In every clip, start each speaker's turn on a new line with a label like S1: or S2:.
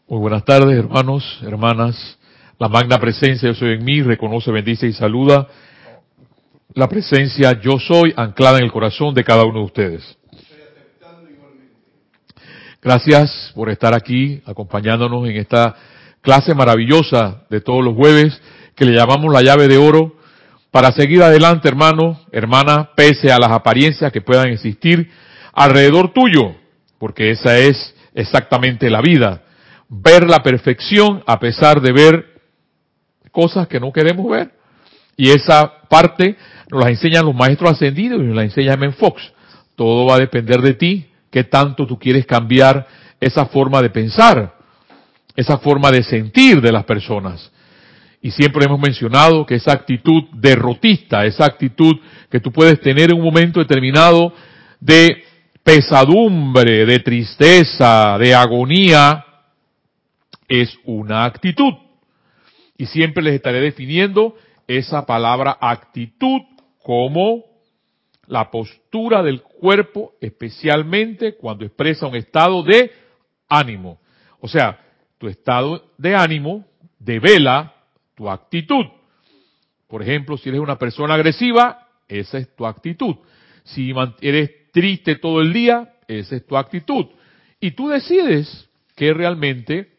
S1: Muy buenas tardes, hermanos, hermanas. La magna presencia Yo Soy en mí reconoce, bendice y saluda la presencia Yo Soy anclada en el corazón de cada uno de ustedes. Gracias por estar aquí acompañándonos en esta clase maravillosa de todos los jueves que le llamamos la llave de oro para seguir adelante, hermano, hermana, pese a las apariencias que puedan existir alrededor tuyo, porque esa es exactamente la vida. Ver la perfección a pesar de ver cosas que no queremos ver. Y esa parte nos la enseñan los maestros ascendidos y nos la enseña M. Fox. Todo va a depender de ti, qué tanto tú quieres cambiar esa forma de pensar, esa forma de sentir de las personas. Y siempre hemos mencionado que esa actitud derrotista, esa actitud que tú puedes tener en un momento determinado de pesadumbre, de tristeza, de agonía, es una actitud. Y siempre les estaré definiendo esa palabra actitud como la postura del cuerpo, especialmente cuando expresa un estado de ánimo. O sea, tu estado de ánimo devela tu actitud. Por ejemplo, si eres una persona agresiva, esa es tu actitud. Si eres triste todo el día, esa es tu actitud. Y tú decides qué realmente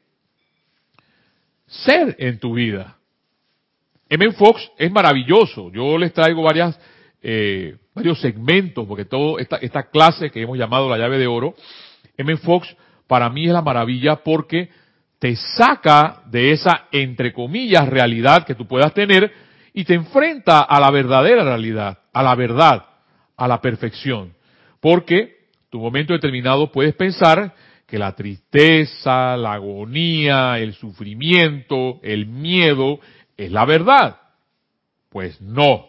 S1: ser en tu vida. M. Fox es maravilloso. Yo les traigo varios segmentos, porque toda esta clase que hemos llamado la llave de oro, M. Fox para mí es la maravilla porque te saca de esa, entre comillas, realidad que tú puedas tener y te enfrenta a la verdadera realidad, a la verdad, a la perfección. Porque tu momento determinado puedes pensar que la tristeza, la agonía, el sufrimiento, el miedo es la verdad. Pues no.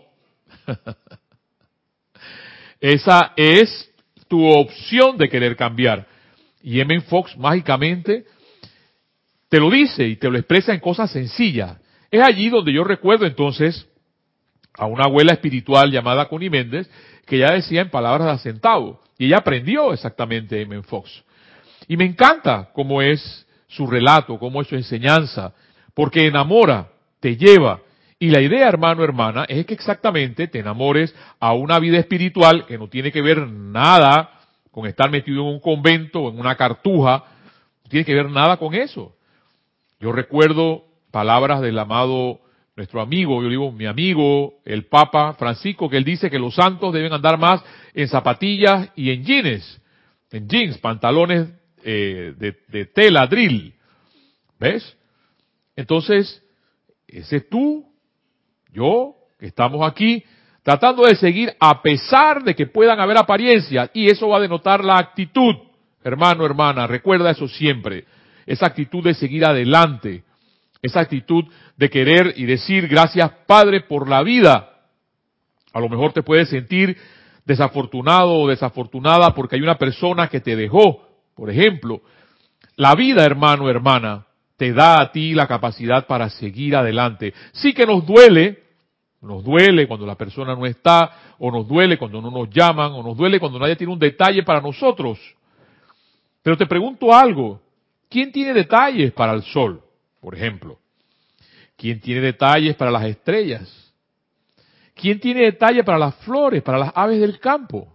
S1: Esa es tu opción de querer cambiar. Y M. Fox mágicamente te lo dice y te lo expresa en cosas sencillas. Es allí donde yo recuerdo entonces a una abuela espiritual llamada Connie Méndez, que ya decía en palabras de acentavo. Y ella aprendió exactamente M. Fox. Y me encanta cómo es su relato, cómo es su enseñanza, porque enamora, te lleva. Y la idea, hermano, hermana, es que exactamente te enamores a una vida espiritual que no tiene que ver nada con estar metido en un convento o en una cartuja, no tiene que ver nada con eso. Yo recuerdo palabras del amado, nuestro amigo, yo digo mi amigo, el Papa Francisco, que él dice que los santos deben andar más en zapatillas y en jeans, pantalones de tela, drill. ¿Ves? Entonces, ese es tú, yo, que estamos aquí, tratando de seguir a pesar de que puedan haber apariencias, y eso va a denotar la actitud, hermano, hermana, recuerda eso siempre, esa actitud de seguir adelante, esa actitud de querer y decir gracias Padre por la vida. A lo mejor te puedes sentir desafortunado o desafortunada porque hay una persona que te dejó, por ejemplo. La vida, hermano, hermana, te da a ti la capacidad para seguir adelante. Sí que nos duele cuando la persona no está, o nos duele cuando no nos llaman, o nos duele cuando nadie tiene un detalle para nosotros. Pero te pregunto algo, ¿quién tiene detalles para el sol, por ejemplo? ¿Quién tiene detalles para las estrellas? ¿Quién tiene detalles para las flores, para las aves del campo?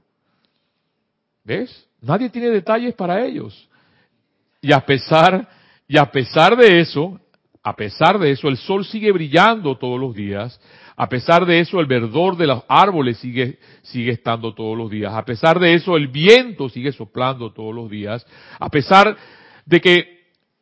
S1: ¿Ves? Nadie tiene detalles para ellos. Y a pesar de eso, el sol sigue brillando todos los días. A pesar de eso, el verdor de los árboles sigue estando todos los días. A pesar de eso, el viento sigue soplando todos los días. A pesar de que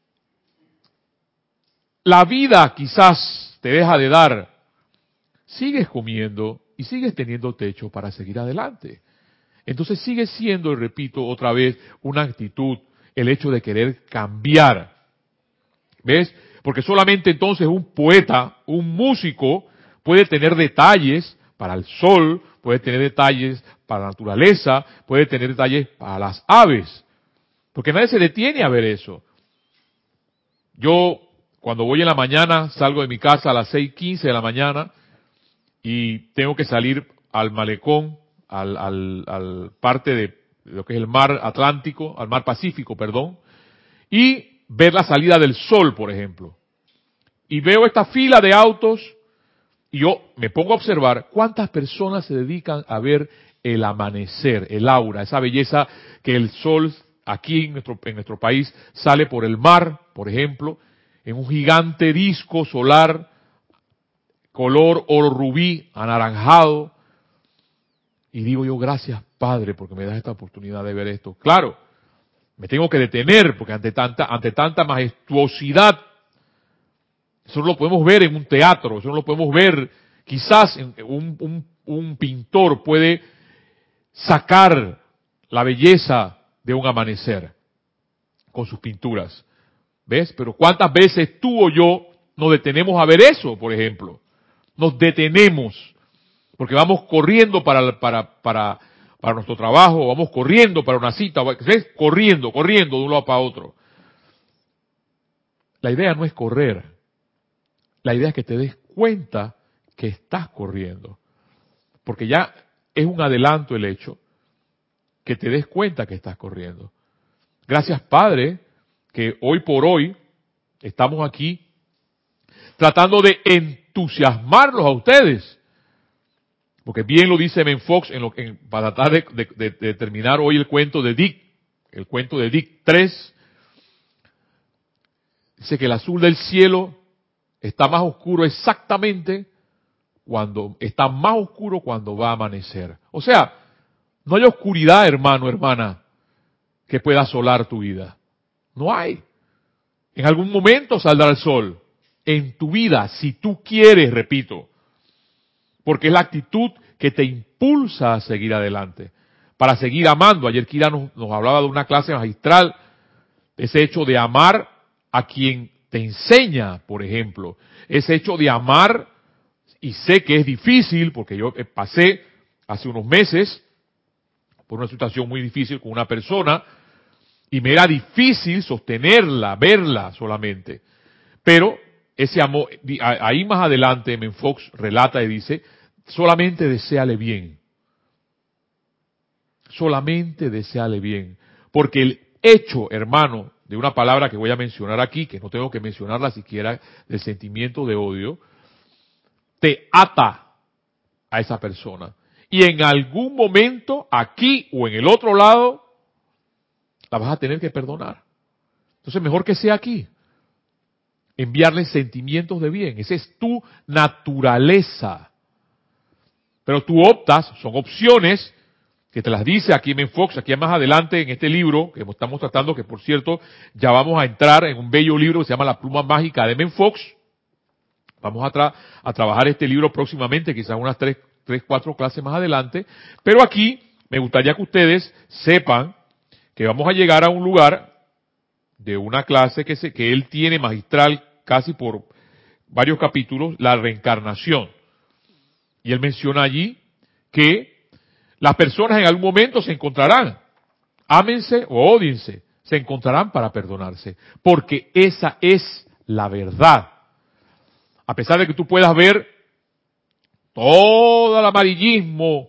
S1: la vida quizás te deja de dar, sigues comiendo y sigues teniendo techo para seguir adelante. Entonces sigue siendo, y repito otra vez, una actitud, el hecho de querer cambiar. ¿Ves? Porque solamente entonces un poeta, un músico, puede tener detalles para el sol, puede tener detalles para la naturaleza, puede tener detalles para las aves. Porque nadie se detiene a ver eso. Yo, cuando voy en la mañana, salgo de mi casa a las 6:15 de la mañana y tengo que salir al malecón, al parte de lo que es el mar Atlántico, al mar Pacífico, perdón, y ver la salida del sol, por ejemplo. Y veo esta fila de autos y yo me pongo a observar cuántas personas se dedican a ver el amanecer, el aura, esa belleza que el sol aquí en nuestro país sale por el mar, por ejemplo, en un gigante disco solar, color oro rubí, anaranjado. Y digo yo, gracias Padre, porque me das esta oportunidad de ver esto. Claro, me tengo que detener, porque ante tanta majestuosidad, eso no lo podemos ver en un teatro, eso no lo podemos ver, quizás un pintor puede sacar la belleza de un amanecer con sus pinturas. ¿Ves? Pero ¿cuántas veces tú o yo nos detenemos a ver eso, por ejemplo? Nos detenemos, porque vamos corriendo para nuestro trabajo, vamos corriendo para una cita, ¿ves? Corriendo de un lado para otro. La idea no es correr. La idea es que te des cuenta que estás corriendo. Porque ya es un adelanto el hecho que te des cuenta que estás corriendo. Gracias, Padre, que hoy por hoy estamos aquí tratando de entusiasmarlos a ustedes. Porque bien lo dice Ben Fox para tratar de terminar hoy el cuento de Dick 3. Dice que el azul del cielo está más oscuro exactamente cuando va a amanecer. O sea, no hay oscuridad, hermano, hermana, que pueda asolar tu vida. No hay. En algún momento saldrá el sol. En tu vida, si tú quieres, repito. Porque es la actitud que te impulsa a seguir adelante. Para seguir amando. Ayer Kira nos hablaba de una clase magistral. Ese hecho de amar a quien te enseña, por ejemplo. Ese hecho de amar, y sé que es difícil, porque yo pasé hace unos meses por una situación muy difícil con una persona, y me era difícil sostenerla, verla solamente. Pero ese amor, ahí más adelante Men Fox relata y dice, solamente deséale bien. Solamente deséale bien. Porque el hecho, hermano, de una palabra que voy a mencionar aquí, que no tengo que mencionarla siquiera, del sentimiento de odio, te ata a esa persona. Y en algún momento, aquí o en el otro lado, la vas a tener que perdonar. Entonces mejor que sea aquí. Enviarle sentimientos de bien. Esa es tu naturaleza. Pero tú optas, son opciones que te las dice aquí Men Fox, aquí más adelante en este libro que estamos tratando, que por cierto ya vamos a entrar en un bello libro que se llama La pluma mágica de Men Fox. Vamos a trabajar este libro próximamente, quizás unas 4 clases más adelante. Pero aquí me gustaría que ustedes sepan que vamos a llegar a un lugar de una clase que él tiene magistral casi por varios capítulos, la reencarnación. Y él menciona allí que las personas en algún momento se encontrarán, ámense o ódiense, se encontrarán para perdonarse, porque esa es la verdad. A pesar de que tú puedas ver todo el amarillismo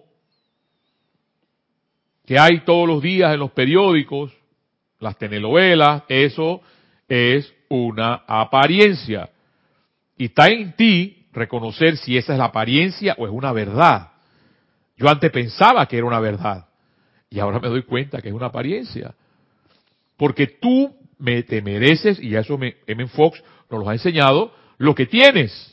S1: que hay todos los días en los periódicos, las telenovelas, eso es una apariencia. Y está en ti reconocer si esa es la apariencia o es una verdad. Yo antes pensaba que era una verdad y ahora me doy cuenta que es una apariencia. Porque tú te mereces, y eso M. Fox nos lo ha enseñado, lo que tienes.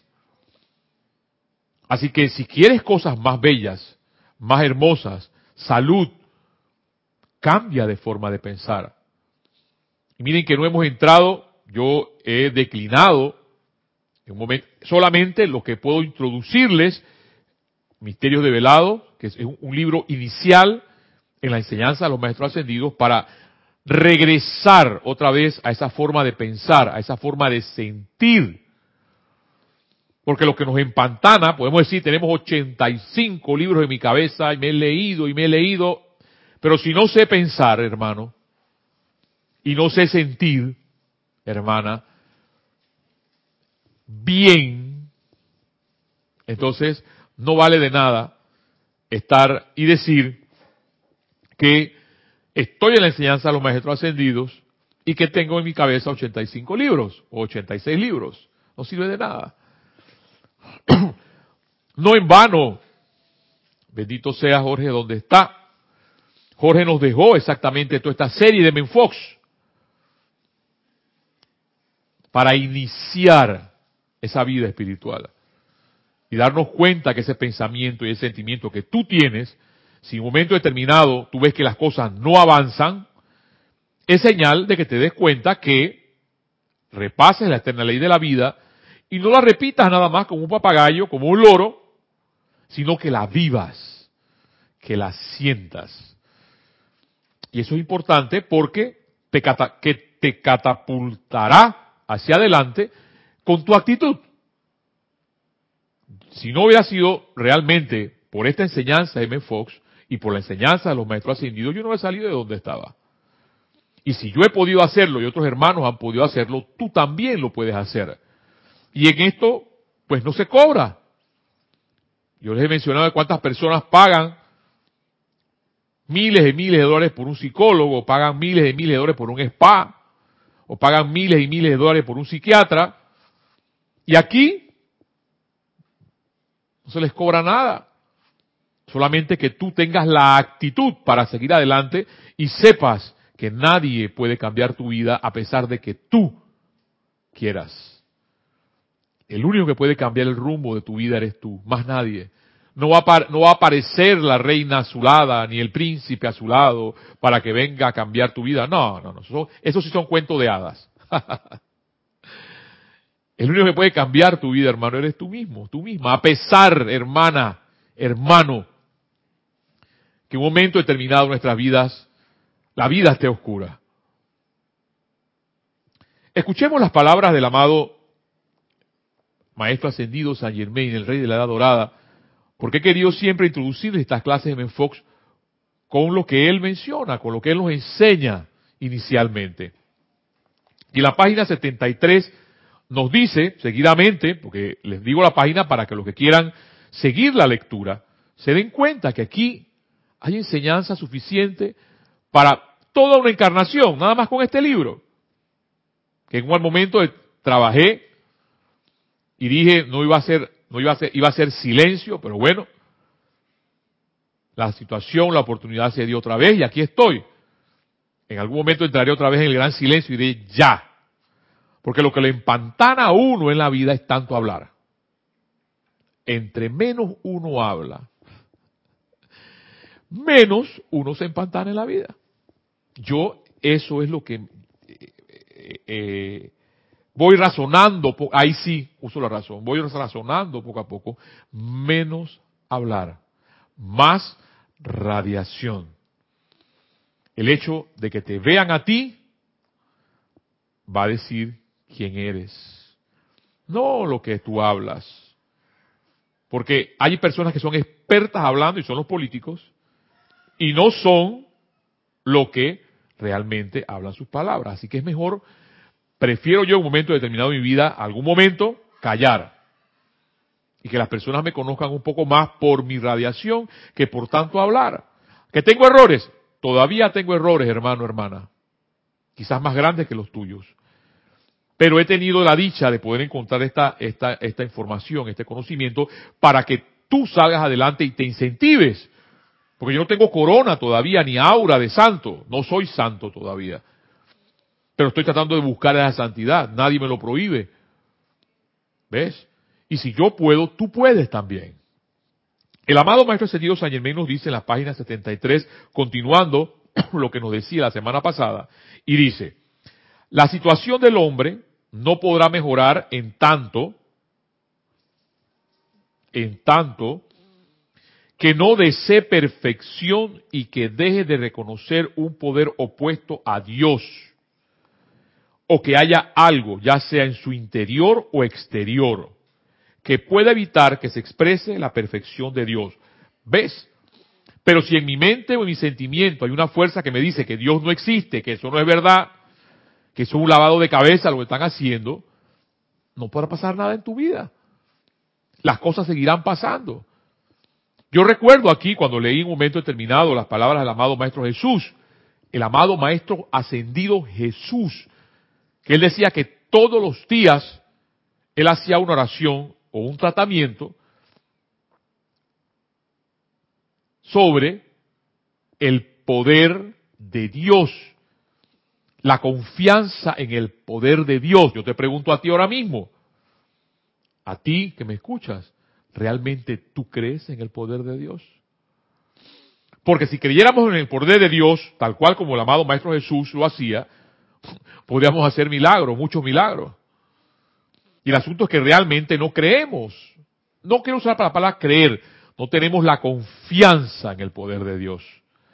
S1: Así que si quieres cosas más bellas, más hermosas, salud, cambia de forma de pensar. Y miren que no hemos entrado, yo he declinado en un momento, solamente lo que puedo introducirles, Misterios Develados, que es un libro inicial en la enseñanza de los maestros ascendidos para regresar otra vez a esa forma de pensar, a esa forma de sentir. Porque lo que nos empantana, podemos decir, tenemos 85 libros en mi cabeza y me he leído, pero si no sé pensar, hermano, y no sé sentir, hermana, bien, entonces no vale de nada estar y decir que estoy en la enseñanza de los maestros ascendidos y que tengo en mi cabeza 85 libros o 86 libros. No sirve de nada. No en vano, bendito sea Jorge donde está. Jorge nos dejó exactamente toda esta serie de Menfox para iniciar esa vida espiritual y darnos cuenta que ese pensamiento y ese sentimiento que tú tienes, si en un momento determinado tú ves que las cosas no avanzan, es señal de que te des cuenta que repases la eterna ley de la vida y no la repitas nada más como un papagayo, como un loro, sino que la vivas, que la sientas. Y eso es importante porque te catapultará hacia adelante con tu actitud. Si no hubiera sido realmente por esta enseñanza de M. Fox y por la enseñanza de los maestros ascendidos, yo no hubiera salido de donde estaba. Y si yo he podido hacerlo y otros hermanos han podido hacerlo, tú también lo puedes hacer. Y en esto, pues no se cobra. Yo les he mencionado de cuántas personas pagan miles y miles de dólares por un psicólogo, o pagan miles y miles de dólares por un spa, o pagan miles y miles de dólares por un psiquiatra. Y aquí no se les cobra nada. Solamente que tú tengas la actitud para seguir adelante y sepas que nadie puede cambiar tu vida a pesar de que tú quieras. El único que puede cambiar el rumbo de tu vida eres tú, más nadie. No va a aparecer la reina a su lado, ni el príncipe a su lado, para que venga a cambiar tu vida. No. Eso sí son cuentos de hadas. El único que puede cambiar tu vida, hermano, eres tú mismo, tú misma. A pesar, hermana, hermano, que en un momento determinado de nuestras vidas, la vida esté oscura. Escuchemos las palabras del amado Maestro Ascendido Saint Germain, el Rey de la Edad Dorada, porque he querido siempre introducir estas clases de Menfox con lo que él menciona, con lo que él nos enseña inicialmente. Y la página 73 nos dice, seguidamente, porque les digo la página para que los que quieran seguir la lectura, se den cuenta que aquí hay enseñanza suficiente para toda una encarnación, nada más con este libro. Que en un momento trabajé y dije iba a ser silencio, pero bueno, la situación, la oportunidad se dio otra vez y aquí estoy. En algún momento entraré otra vez en el gran silencio y diré ya. Porque lo que le empantana a uno en la vida es tanto hablar. Entre menos uno habla, menos uno se empantana en la vida. Eso es lo que voy razonando, ahí sí uso la razón, voy razonando poco a poco, menos hablar, más radiación. El hecho de que te vean a ti va a decir quién eres, no lo que tú hablas. Porque hay personas que son expertas hablando y son los políticos y no son lo que realmente hablan sus palabras. Así que es mejor, prefiero yo en un momento determinado de mi vida, algún momento, callar. Y que las personas me conozcan un poco más por mi radiación que por tanto hablar. ¿Que tengo errores? Todavía tengo errores, hermano, hermana. Quizás más grandes que los tuyos. Pero he tenido la dicha de poder encontrar esta información, este conocimiento, para que tú salgas adelante y te incentives. Porque yo no tengo corona todavía, ni aura de santo. No soy santo todavía. Pero estoy tratando de buscar esa santidad. Nadie me lo prohíbe. ¿Ves? Y si yo puedo, tú puedes también. El amado Maestro Ascendido Saint Germain nos dice en la página 73, continuando lo que nos decía la semana pasada, y dice: la situación del hombre no podrá mejorar en tanto que no desee perfección y que deje de reconocer un poder opuesto a Dios, o que haya algo, ya sea en su interior o exterior, que pueda evitar que se exprese la perfección de Dios. ¿Ves? Pero si en mi mente o en mi sentimiento hay una fuerza que me dice que Dios no existe, que eso no es verdad, que eso es un lavado de cabeza lo que están haciendo, no podrá pasar nada en tu vida. Las cosas seguirán pasando. Yo recuerdo aquí, cuando leí en un momento determinado las palabras del amado Maestro Jesús, el amado Maestro Ascendido Jesús, que él decía que todos los días él hacía una oración o un tratamiento sobre el poder de Dios, la confianza en el poder de Dios. Yo te pregunto a ti ahora mismo, a ti que me escuchas, ¿realmente tú crees en el poder de Dios? Porque si creyéramos en el poder de Dios, tal cual como el amado Maestro Jesús lo hacía, podríamos hacer milagros, muchos milagros. Y el asunto es que realmente no creemos. No quiero usar la palabra creer, no tenemos la confianza en el poder de Dios.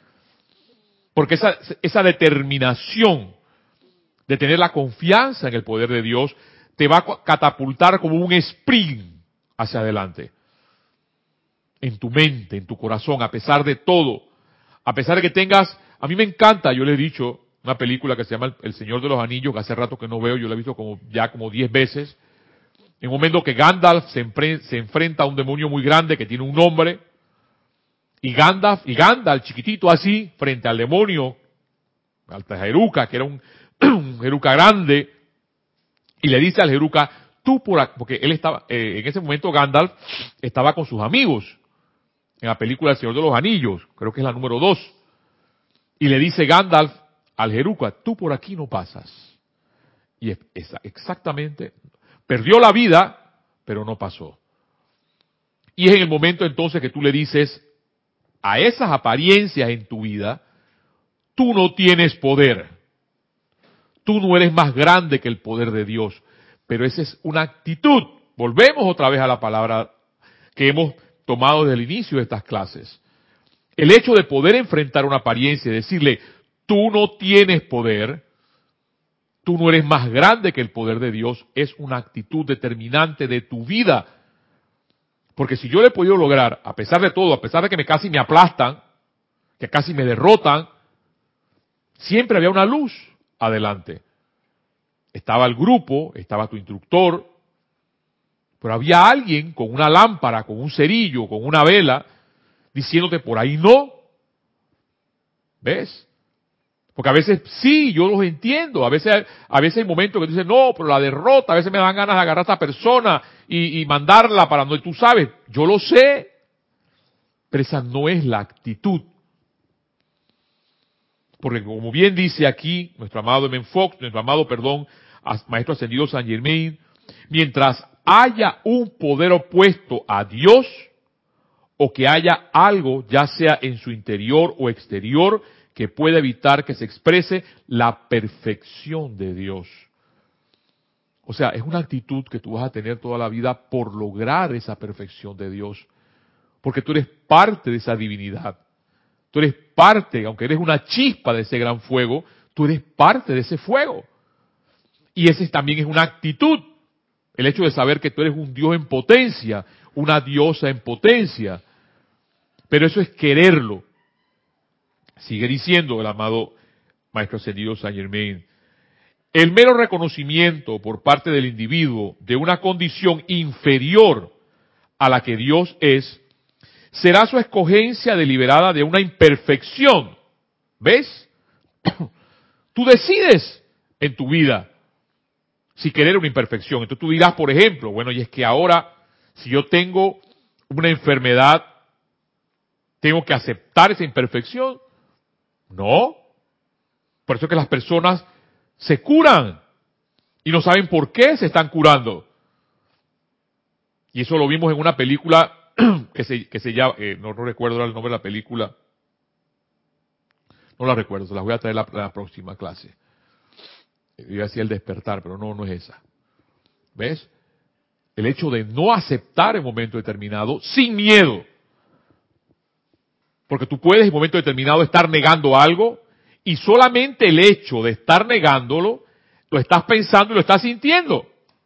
S1: Porque esa determinación de tener la confianza en el poder de Dios te va a catapultar como un sprint hacia adelante. En tu mente, en tu corazón, a pesar de todo. A pesar de que tengas, a mí me encanta, yo le he dicho, una película que se llama El Señor de los Anillos, que hace rato que no veo, yo la he visto ya como 10 veces. En un momento que Gandalf se enfrenta a un demonio muy grande que tiene un nombre, y Gandalf, chiquitito así, frente al demonio, al Jeruca, que era un Jeruca grande, y le dice al Jeruca, tú porque él estaba, en ese momento Gandalf estaba con sus amigos, en la película El Señor de los Anillos, creo que es la número 2, y le dice Gandalf al Jeruca, tú por aquí no pasas. Y exactamente, perdió la vida, pero no pasó. Y es en el momento entonces que tú le dices a esas apariencias en tu vida, tú no tienes poder. Tú no eres más grande que el poder de Dios. Pero esa es una actitud. Volvemos otra vez a la palabra que hemos tomado desde el inicio de estas clases. El hecho de poder enfrentar una apariencia y decirle, tú no tienes poder, tú no eres más grande que el poder de Dios, es una actitud determinante de tu vida. Porque si yo le he podido lograr, a pesar de todo, a pesar de que casi me aplastan, que casi me derrotan, siempre había una luz adelante. Estaba el grupo, estaba tu instructor, pero había alguien con una lámpara, con un cerillo, con una vela, diciéndote por ahí no. ¿Ves? Porque a veces sí, yo los entiendo. A veces hay momentos que tú dices, no, pero la derrota, a veces me dan ganas de agarrar a esta persona y mandarla para donde tú sabes. Yo lo sé, pero esa no es la actitud. Porque como bien dice aquí nuestro amado Maestro Ascendido Saint Germain, mientras haya un poder opuesto a Dios, o que haya algo, ya sea en su interior o exterior, que pueda evitar que se exprese la perfección de Dios. O sea, es una actitud que tú vas a tener toda la vida por lograr esa perfección de Dios. Porque tú eres parte de esa divinidad. Tú eres parte, aunque eres una chispa de ese gran fuego, tú eres parte de ese fuego. Y ese también es una actitud. El hecho de saber que tú eres un Dios en potencia, una diosa en potencia. Pero eso es quererlo. Sigue diciendo el amado Maestro Ascendido Saint Germain. El mero reconocimiento por parte del individuo de una condición inferior a la que Dios es, será su escogencia deliberada de una imperfección. ¿Ves? Tú decides en tu vida si querer una imperfección. Entonces tú dirás, por ejemplo, bueno, y es que ahora, si yo tengo una enfermedad, ¿tengo que aceptar esa imperfección? No. Por eso es que las personas se curan y no saben por qué se están curando. Y eso lo vimos en una película que se llama, no recuerdo el nombre de la película. No la recuerdo, se las voy a traer la próxima clase. Yo decía El Despertar, pero no es esa. ¿Ves? El hecho de no aceptar en un momento determinado sin miedo. Porque tú puedes en un momento determinado estar negando algo y solamente el hecho de estar negándolo, lo estás pensando y lo estás sintiendo.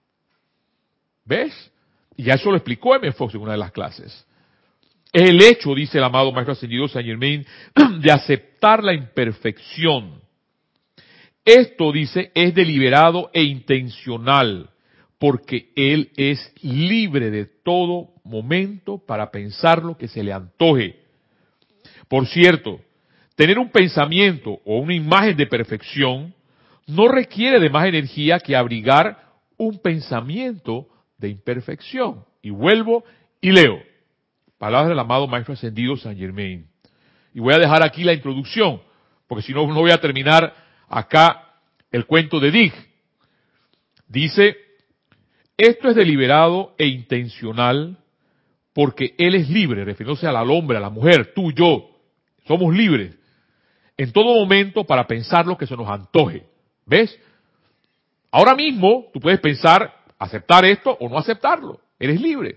S1: ¿Ves? Y ya eso lo explicó M. Fox en una de las clases. Es el hecho, dice el amado Maestro Ascendido Saint Germain, de aceptar la imperfección. Esto, dice, es deliberado e intencional, porque él es libre de todo momento para pensar lo que se le antoje. Por cierto, Tener un pensamiento o una imagen de perfección no requiere de más energía que abrigar un pensamiento de imperfección. Y vuelvo y leo. Palabras del amado Maestro Ascendido Saint Germain. Y voy a dejar aquí la introducción, porque si no, no voy a terminar acá el cuento de Dick. Dice, esto es deliberado e intencional porque él es libre, refiriéndose al hombre, a la mujer, tú, yo, somos libres en todo momento para pensar lo que se nos antoje. ¿Ves? Ahora mismo tú puedes pensar aceptar esto o no aceptarlo. Eres libre.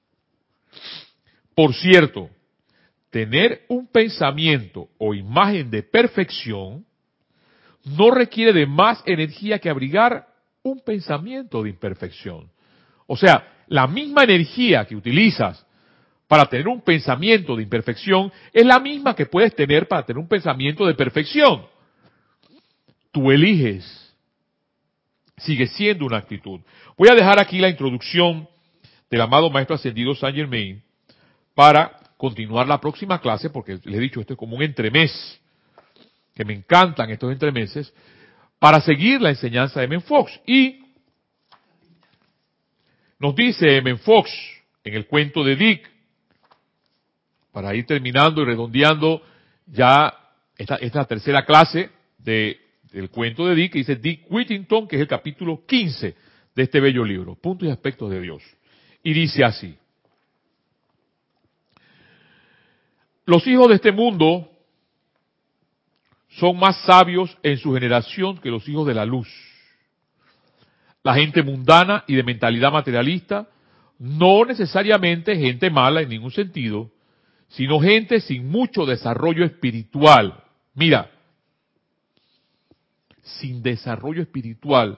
S1: Por cierto, tener un pensamiento o imagen de perfección no requiere de más energía que abrigar un pensamiento de imperfección. O sea, la misma energía que utilizas para tener un pensamiento de imperfección es la misma que puedes tener para tener un pensamiento de perfección. Tú eliges. Sigue siendo una actitud. Voy a dejar aquí la introducción del amado Maestro Ascendido Saint Germain para continuar la próxima clase, porque les he dicho, esto es como un entremés, que me encantan estos entremeses, para seguir la enseñanza de M. Fox. Y nos dice M. Fox en el cuento de Dick, para ir terminando y redondeando ya esta tercera clase del cuento de Dick, que dice Dick Whittington, que es el capítulo 15 de este bello libro, Puntos y Aspectos de Dios. Y dice así: los hijos de este mundo son más sabios en su generación que los hijos de la luz. La gente mundana y de mentalidad materialista, no necesariamente gente mala en ningún sentido, sino gente sin mucho desarrollo espiritual. Mira, sin desarrollo espiritual,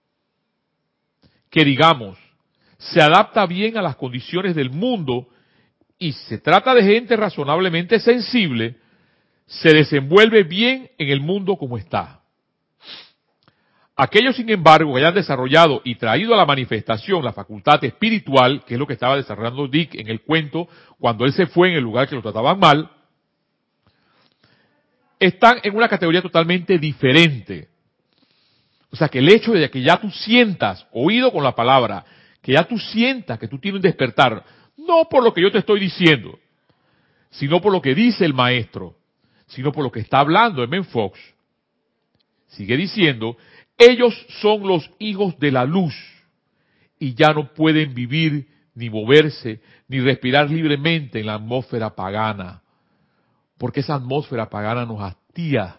S1: que digamos, se adapta bien a las condiciones del mundo y se trata de gente razonablemente sensible, se desenvuelve bien en el mundo como está. Aquellos, sin embargo, que hayan desarrollado y traído a la manifestación la facultad espiritual, que es lo que estaba desarrollando Dick en el cuento, cuando él se fue en el lugar que lo trataban mal, están en una categoría totalmente diferente. O sea, que el hecho de que ya tú sientas, oído con la palabra, que ya tú sientas que tú tienes un despertar, no por lo que yo te estoy diciendo, sino por lo que dice el maestro, sino por lo que está hablando M. Fox. Sigue diciendo, ellos son los hijos de la luz y ya no pueden vivir, ni moverse, ni respirar libremente en la atmósfera pagana, porque esa atmósfera pagana nos hastía.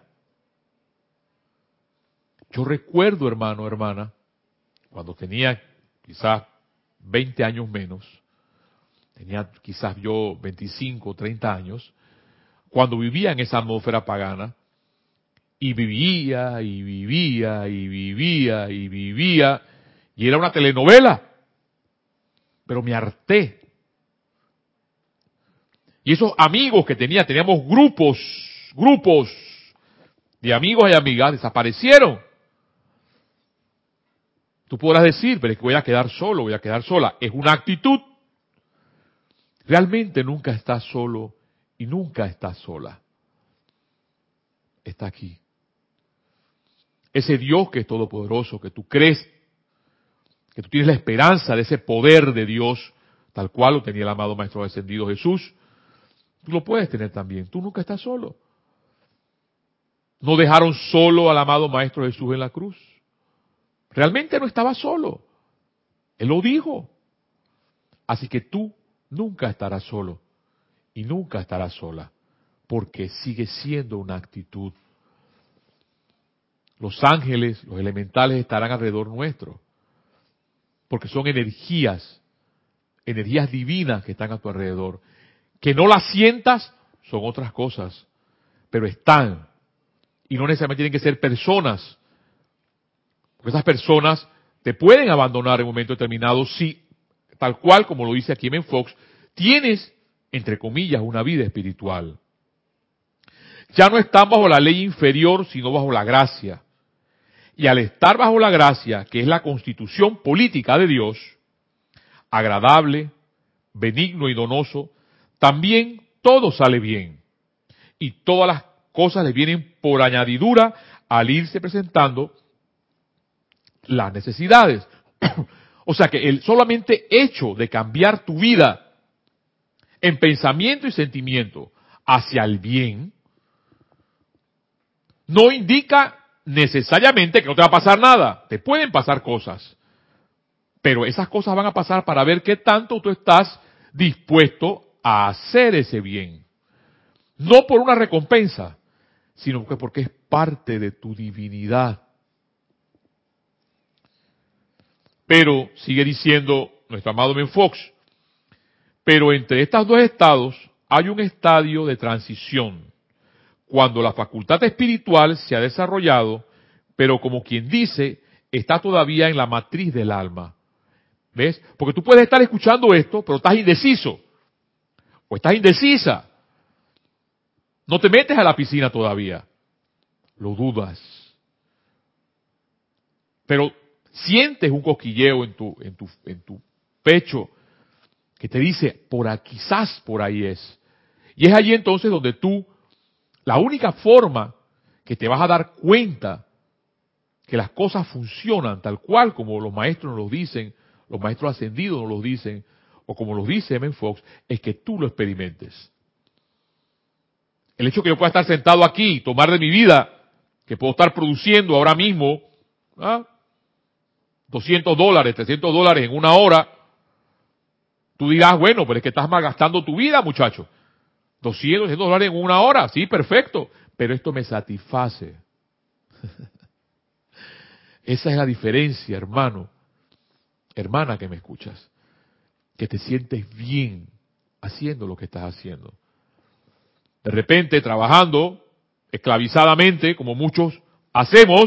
S1: Yo recuerdo, hermano, hermana, cuando tenía quizás 20 años menos, tenía quizás yo 25, 30 años, cuando vivía en esa atmósfera pagana, y vivía, y vivía, y vivía, y vivía, y era una telenovela, pero me harté. Y esos amigos que teníamos grupos de amigos y amigas, desaparecieron. Tú podrás decir, pero es que voy a quedar solo, voy a quedar sola. Es una actitud. Realmente nunca estás solo y nunca estás sola. Está aquí. Ese Dios que es todopoderoso, que tú crees, que tú tienes la esperanza de ese poder de Dios, tal cual lo tenía el amado Maestro Ascendido Jesús, tú lo puedes tener también. Tú nunca estás solo. No dejaron solo al amado Maestro Jesús en la cruz. Realmente no estaba solo. Él lo dijo. Así que tú nunca estarás solo y nunca estarás sola, porque sigue siendo una actitud. Los ángeles, los elementales estarán alrededor nuestro, porque son energías divinas que están a tu alrededor. Que no las sientas son otras cosas, pero están. Y no necesariamente tienen que ser personas, porque esas personas te pueden abandonar en un momento determinado si, tal cual como lo dice aquí M. Fox, tienes, entre comillas, una vida espiritual. Ya no están bajo la ley inferior, sino bajo la gracia. Y al estar bajo la gracia, que es la constitución política de Dios, agradable, benigno y donoso, también todo sale bien. Y todas las cosas les vienen por añadidura al irse presentando las necesidades. O sea que el solamente hecho de cambiar tu vida en pensamiento y sentimiento hacia el bien no indica necesariamente que no te va a pasar nada. Te pueden pasar cosas, pero esas cosas van a pasar para ver qué tanto tú estás dispuesto a hacer ese bien. No por una recompensa, sino porque es parte de tu divinidad. Pero, sigue diciendo nuestro amado Ben Fox, pero entre estos dos estados hay un estadio de transición, cuando la facultad espiritual se ha desarrollado, pero como quien dice, está todavía en la matriz del alma. ¿Ves? Porque tú puedes estar escuchando esto, pero estás indeciso, o estás indecisa. No te metes a la piscina todavía. Lo dudas. Pero sientes un cosquilleo en tu pecho que te dice, quizás por ahí es. Y es allí entonces donde tú, la única forma que te vas a dar cuenta que las cosas funcionan tal cual como los maestros nos lo dicen, los maestros ascendidos nos lo dicen, o como los dice M. Fox, es que tú lo experimentes. El hecho que yo pueda estar sentado aquí, tomar de mi vida, que puedo estar produciendo ahora mismo, $200, $300 en una hora, tú dirás, bueno, pero es que estás malgastando tu vida, muchacho. $200 en una hora, sí, perfecto, pero esto me satisface. Esa es la diferencia, hermano, hermana que me escuchas, que te sientes bien haciendo lo que estás haciendo. De repente, trabajando esclavizadamente, como muchos hacemos,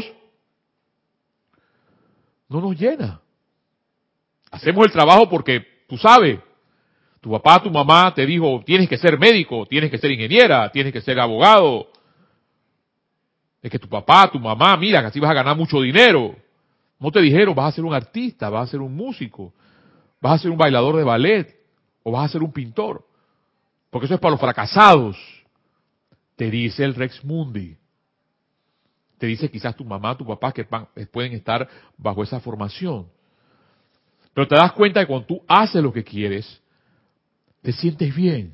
S1: no nos llena. Hacemos el trabajo porque, tú sabes, tu papá, tu mamá te dijo, tienes que ser médico, tienes que ser ingeniera, tienes que ser abogado. Es que tu papá, tu mamá, mira, que así vas a ganar mucho dinero. No te dijeron, vas a ser un artista, vas a ser un músico, vas a ser un bailador de ballet, o vas a ser un pintor. Porque eso es para los fracasados. Te dice el Rex Mundi. Te dice quizás tu mamá, tu papá, que pueden estar bajo esa formación. Pero te das cuenta que cuando tú haces lo que quieres, te sientes bien.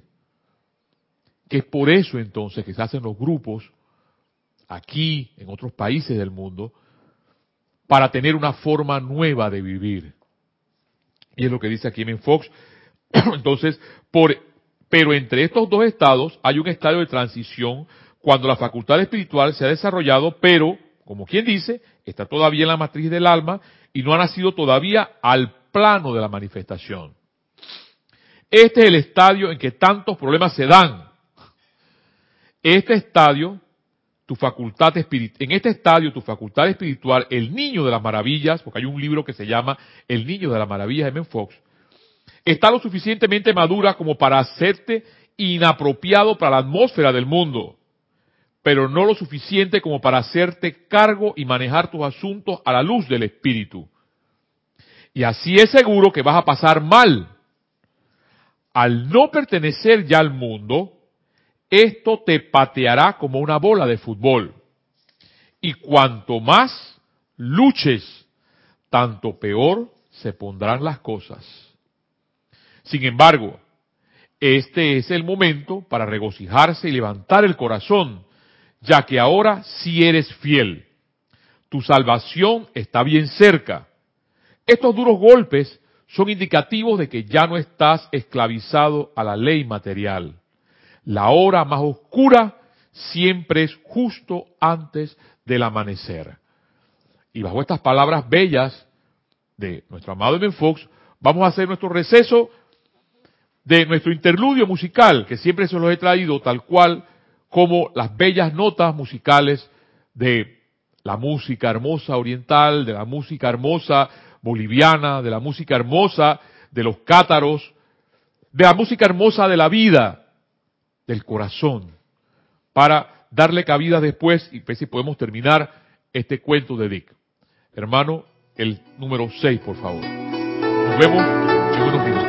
S1: Que es por eso entonces que se hacen los grupos aquí, en otros países del mundo, para tener una forma nueva de vivir. Y es lo que dice aquí en Fox. Entonces, pero entre estos dos estados hay un estadio de transición cuando la facultad espiritual se ha desarrollado, pero, como quien dice, está todavía en la matriz del alma y no ha nacido todavía al plano de la manifestación. Este es el estadio en que tantos problemas se dan. Este estadio, en este estadio, tu facultad espiritual, el niño de las maravillas, porque hay un libro que se llama El niño de las maravillas de M. Fox, está lo suficientemente madura como para hacerte inapropiado para la atmósfera del mundo, pero no lo suficiente como para hacerte cargo y manejar tus asuntos a la luz del Espíritu. Y así es seguro que vas a pasar mal. Al no pertenecer ya al mundo, esto te pateará como una bola de fútbol. Y cuanto más luches, tanto peor se pondrán las cosas. Sin embargo, este es el momento para regocijarse y levantar el corazón, ya que ahora sí eres fiel. Tu salvación está bien cerca. Estos duros golpes son indicativos de que ya no estás esclavizado a la ley material. La hora más oscura siempre es justo antes del amanecer. Y bajo estas palabras bellas de nuestro amado Ben Fox, vamos a hacer nuestro receso de nuestro interludio musical, que siempre se los he traído tal cual como las bellas notas musicales de la música hermosa oriental, de la música hermosa boliviana, de la música hermosa de los cátaros, de la música hermosa de la vida, del corazón, para darle cabida después y ver si podemos terminar este cuento de Dick. Hermano, el número 6, por favor. Nos vemos en unos minutos.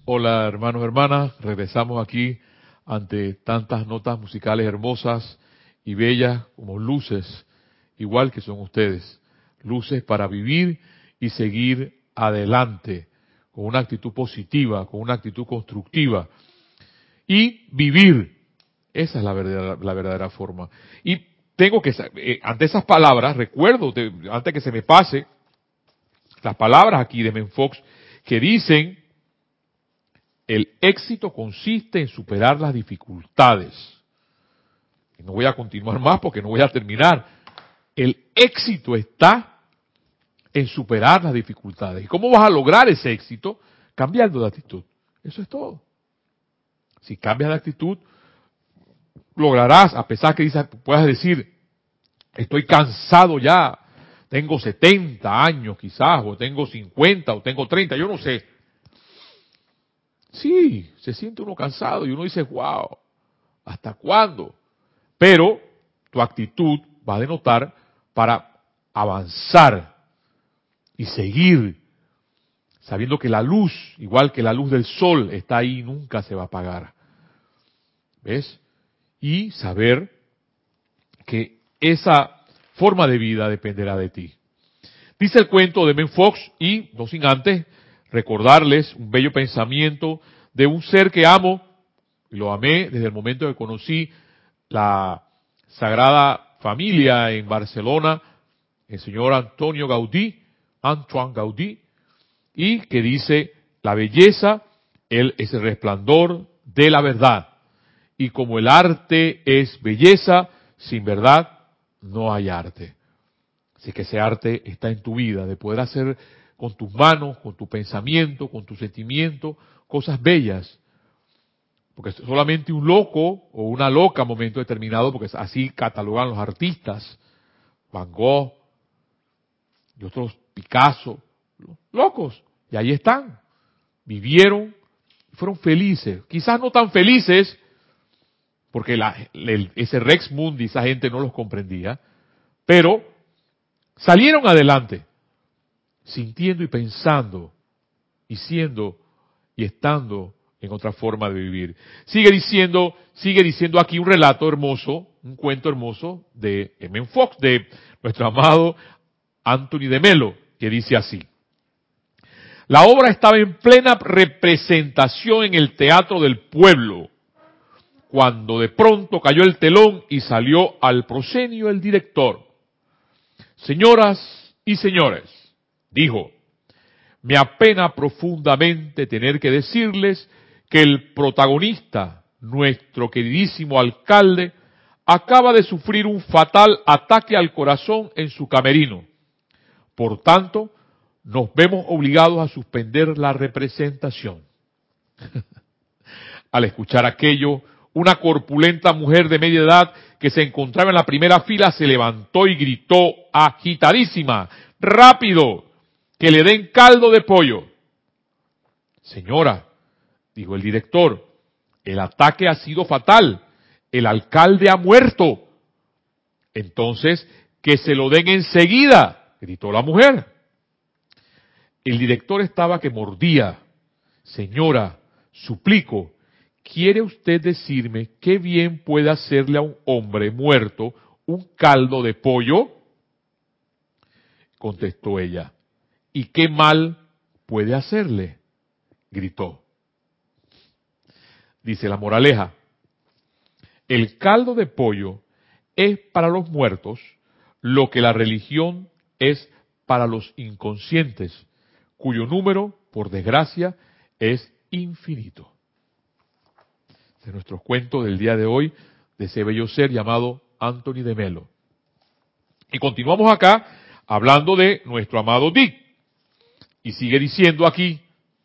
S1: Hola hermanos, hermanas, regresamos aquí ante tantas notas musicales hermosas y bellas como luces, igual que son ustedes, luces para vivir y seguir adelante con una actitud positiva, con una actitud constructiva y vivir. Esa es la verdadera forma. Y tengo que, ante esas palabras, recuerdo, antes que se me pase, las palabras aquí de Menfox que dicen: el éxito consiste en superar las dificultades. Y no voy a continuar más porque no voy a terminar. El éxito está en superar las dificultades. ¿Y cómo vas a lograr ese éxito? Cambiando de actitud. Eso es todo. Si cambias de actitud, lograrás, a pesar que puedas decir, estoy cansado ya, tengo 70 años quizás, o tengo 50, o tengo 30, yo no sé. Sí, se siente uno cansado y uno dice, wow, ¿hasta cuándo? Pero tu actitud va a denotar para avanzar y seguir, sabiendo que la luz, igual que la luz del sol, está ahí y nunca se va a apagar. ¿Ves? Y saber que esa forma de vida dependerá de ti. Dice el cuento de Menfox, y no sin antes recordarles un bello pensamiento de un ser que amo, y lo amé desde el momento que conocí la Sagrada Familia en Barcelona, el señor Antonio Gaudí, Antoine Gaudí, y que dice, la belleza, él es el resplandor de la verdad, y como el arte es belleza, sin verdad no hay arte. Así que ese arte está en tu vida, de poder hacer con tus manos, con tu pensamiento, con tu sentimiento, cosas bellas. Porque solamente un loco o una loca en momento determinado, porque así catalogan los artistas, Van Gogh y otros, Picasso, locos. Y ahí están. Vivieron, fueron felices. Quizás no tan felices, porque ese Rex Mundi, esa gente no los comprendía, pero salieron adelante, sintiendo y pensando, y siendo y estando en otra forma de vivir. Sigue diciendo aquí un relato hermoso, un cuento hermoso de M. Fox, de nuestro amado Anthony de Melo, que dice así: la obra estaba en plena representación en el Teatro del Pueblo, cuando de pronto cayó el telón y salió al proscenio el director. Señoras y señores, dijo, me apena profundamente tener que decirles que el protagonista, nuestro queridísimo alcalde, acaba de sufrir un fatal ataque al corazón en su camerino. Por tanto, nos vemos obligados a suspender la representación. Al escuchar aquello, una corpulenta mujer de media edad que se encontraba en la primera fila se levantó y gritó agitadísima, rápido, que le den caldo de pollo. Señora, dijo el director, el ataque ha sido fatal, el alcalde ha muerto. Entonces, que se lo den enseguida, gritó la mujer. El director estaba que mordía. Señora, suplico, ¿quiere usted decirme qué bien puede hacerle a un hombre muerto un caldo de pollo? Contestó ella. ¿Y qué mal puede hacerle? Gritó. Dice la moraleja, el caldo de pollo es para los muertos lo que la religión es para los inconscientes, cuyo número, por desgracia, es infinito. Este es nuestro cuento del día de hoy de ese bello ser llamado Anthony de Melo. Y continuamos acá hablando de nuestro amado Dick. Y sigue diciendo aquí,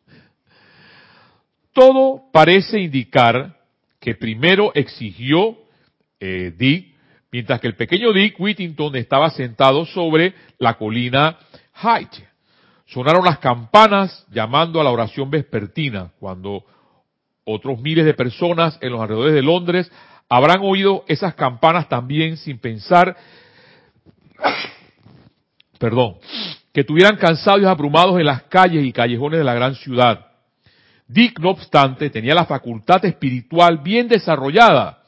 S1: todo parece indicar que primero exigió Dick, mientras que el pequeño Dick Whittington estaba sentado sobre la colina Hyde. Sonaron las campanas llamando a la oración vespertina, cuando otros miles de personas en los alrededores de Londres habrán oído esas campanas también sin pensar, que estuvieran cansados y abrumados en las calles y callejones de la gran ciudad. Dick, no obstante, tenía la facultad espiritual bien desarrollada,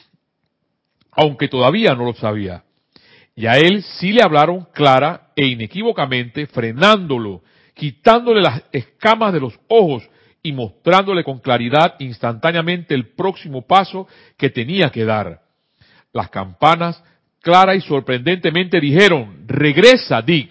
S1: aunque todavía no lo sabía. Y a él sí le hablaron clara e inequívocamente, frenándolo, quitándole las escamas de los ojos y mostrándole con claridad instantáneamente el próximo paso que tenía que dar. Las campanas, clara y sorprendentemente, dijeron: regresa, Dick.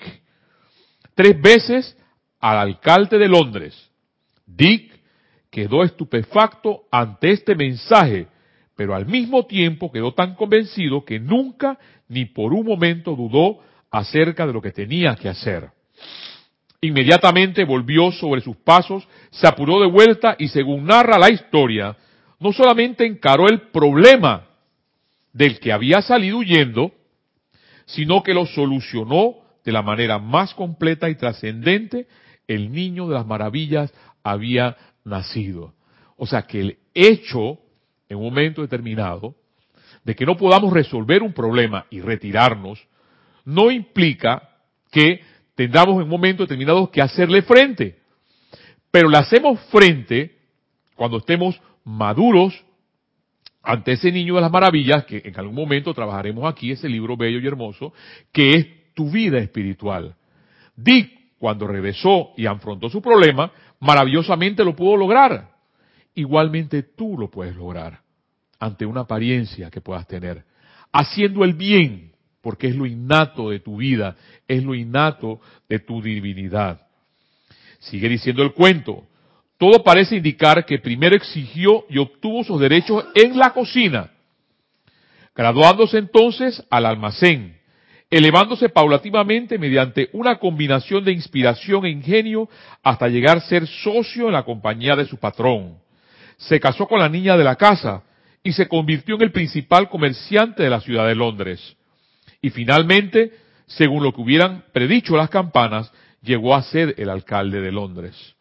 S1: 3 veces al alcalde de Londres. Dick quedó estupefacto ante este mensaje, pero al mismo tiempo quedó tan convencido que nunca ni por un momento dudó acerca de lo que tenía que hacer. Inmediatamente volvió sobre sus pasos, se apuró de vuelta y, según narra la historia, no solamente encaró el problema del que había salido huyendo, sino que lo solucionó de la manera más completa y trascendente. El niño de las maravillas había nacido. O sea que el hecho, en un momento determinado, de que no podamos resolver un problema y retirarnos, no implica que tengamos en un momento determinado que hacerle frente. Pero le hacemos frente cuando estemos maduros ante ese niño de las maravillas, que en algún momento trabajaremos aquí, ese libro bello y hermoso, que es tu vida espiritual. Dick, cuando regresó y afrontó su problema, maravillosamente lo pudo lograr. Igualmente tú lo puedes lograr ante una apariencia que puedas tener, haciendo el bien, porque es lo innato de tu vida, es lo innato de tu divinidad. Sigue diciendo el cuento. Todo parece indicar que primero exigió y obtuvo sus derechos en la cocina, graduándose entonces al almacén, elevándose paulatinamente mediante una combinación de inspiración e ingenio hasta llegar a ser socio en la compañía de su patrón. Se casó con la niña de la casa y se convirtió en el principal comerciante de la ciudad de Londres. Y finalmente, según lo que hubieran predicho las campanas, llegó a ser el alcalde de Londres.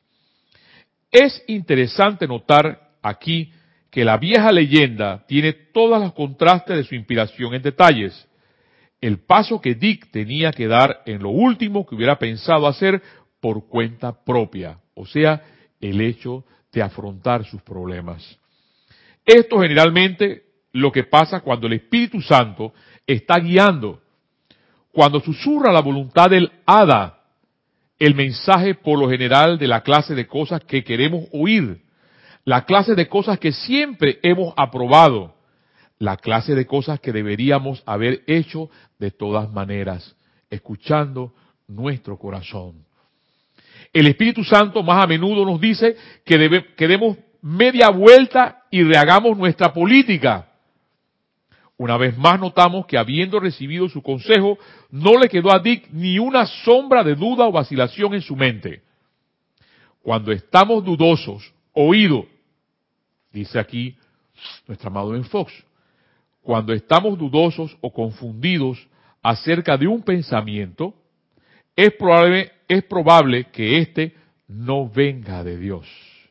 S1: Es interesante notar aquí que la vieja leyenda tiene todos los contrastes de su inspiración en detalles. El paso que Dick tenía que dar en lo último que hubiera pensado hacer por cuenta propia, o sea, el hecho de afrontar sus problemas. Esto generalmente lo que pasa cuando el Espíritu Santo está guiando, cuando susurra la voluntad del hada, el mensaje por lo general de la clase de cosas que queremos oír, la clase de cosas que siempre hemos aprobado, la clase de cosas que deberíamos haber hecho de todas maneras, escuchando nuestro corazón. El Espíritu Santo más a menudo nos dice que demos media vuelta y rehagamos nuestra política. Una vez más notamos que, habiendo recibido su consejo, no le quedó a Dick ni una sombra de duda o vacilación en su mente. Cuando estamos dudosos, oído, dice aquí nuestro amado Ben Fox, cuando estamos dudosos o confundidos acerca de un pensamiento, es probable que éste no venga de Dios.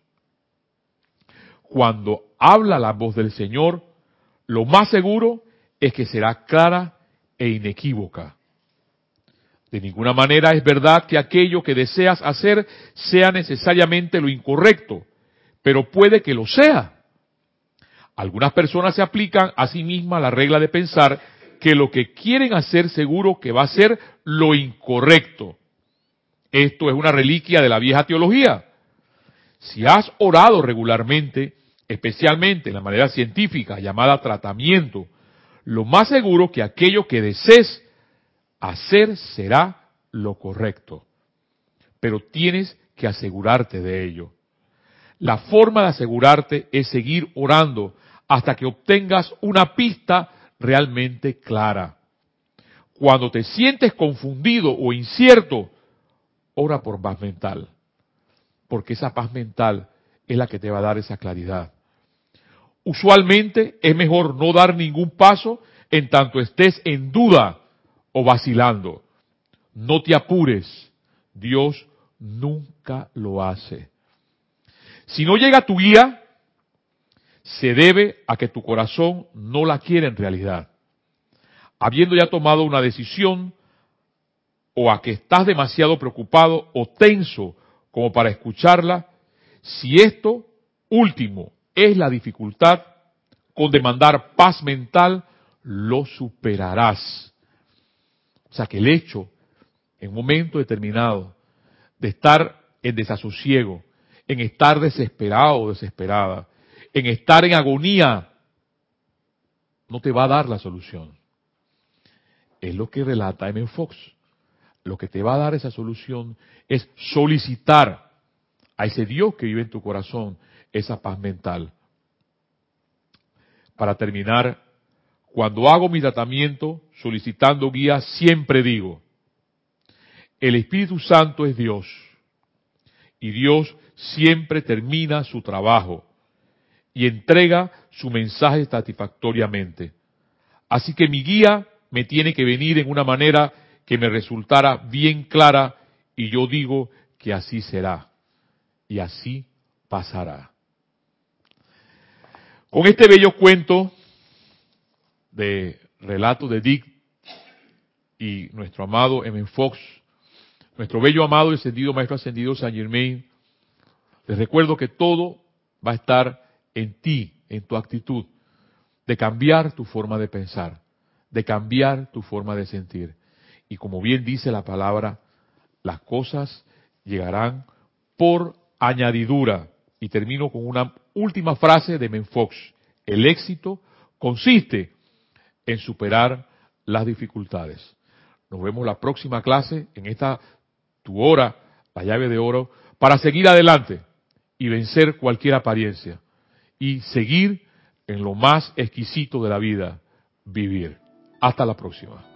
S1: Cuando habla la voz del Señor, lo más seguro es que será clara e inequívoca. De ninguna manera es verdad que aquello que deseas hacer sea necesariamente lo incorrecto, pero puede que lo sea. Algunas personas se aplican a sí mismas la regla de pensar que lo que quieren hacer seguro que va a ser lo incorrecto. Esto es una reliquia de la vieja teología. Si has orado regularmente, especialmente en la manera científica llamada tratamiento, lo más seguro que aquello que desees hacer será lo correcto. Pero tienes que asegurarte de ello. La forma de asegurarte es seguir orando hasta que obtengas una pista realmente clara. Cuando te sientes confundido o incierto, ora por paz mental, porque esa paz mental es la que te va a dar esa claridad. Usualmente es mejor no dar ningún paso en tanto estés en duda o vacilando. No te apures, Dios nunca lo hace. Si no llega tu guía, se debe a que tu corazón no la quiere en realidad. Habiendo ya tomado una decisión, o a que estás demasiado preocupado o tenso como para escucharla, Si esto último es la dificultad, con demandar paz mental, lo superarás. O sea que el hecho, en un momento determinado, de estar en desasosiego, en estar desesperado o desesperada, en estar en agonía, no te va a dar la solución. Es lo que relata M. Fox. Lo que te va a dar esa solución es solicitar a ese Dios que vive en tu corazón esa paz mental. Para terminar, cuando hago mi tratamiento solicitando guía, siempre digo, el Espíritu Santo es Dios, y Dios siempre termina su trabajo y entrega su mensaje satisfactoriamente. Así que mi guía me tiene que venir en una manera que me resultara bien clara, y yo digo que así será, y así pasará. Con este bello cuento de relato de Dick y nuestro amado M. Fox, nuestro bello amado y ascendido Maestro Ascendido Saint Germain, les recuerdo que todo va a estar en ti, en tu actitud, de cambiar tu forma de pensar, de cambiar tu forma de sentir. Y como bien dice la palabra, las cosas llegarán por añadidura. Y termino con una última frase de M. Fox. El éxito consiste en superar las dificultades. Nos vemos la próxima clase en esta tu hora, la llave de oro, para seguir adelante y vencer cualquier apariencia y seguir en lo más exquisito de la vida, vivir. Hasta la próxima.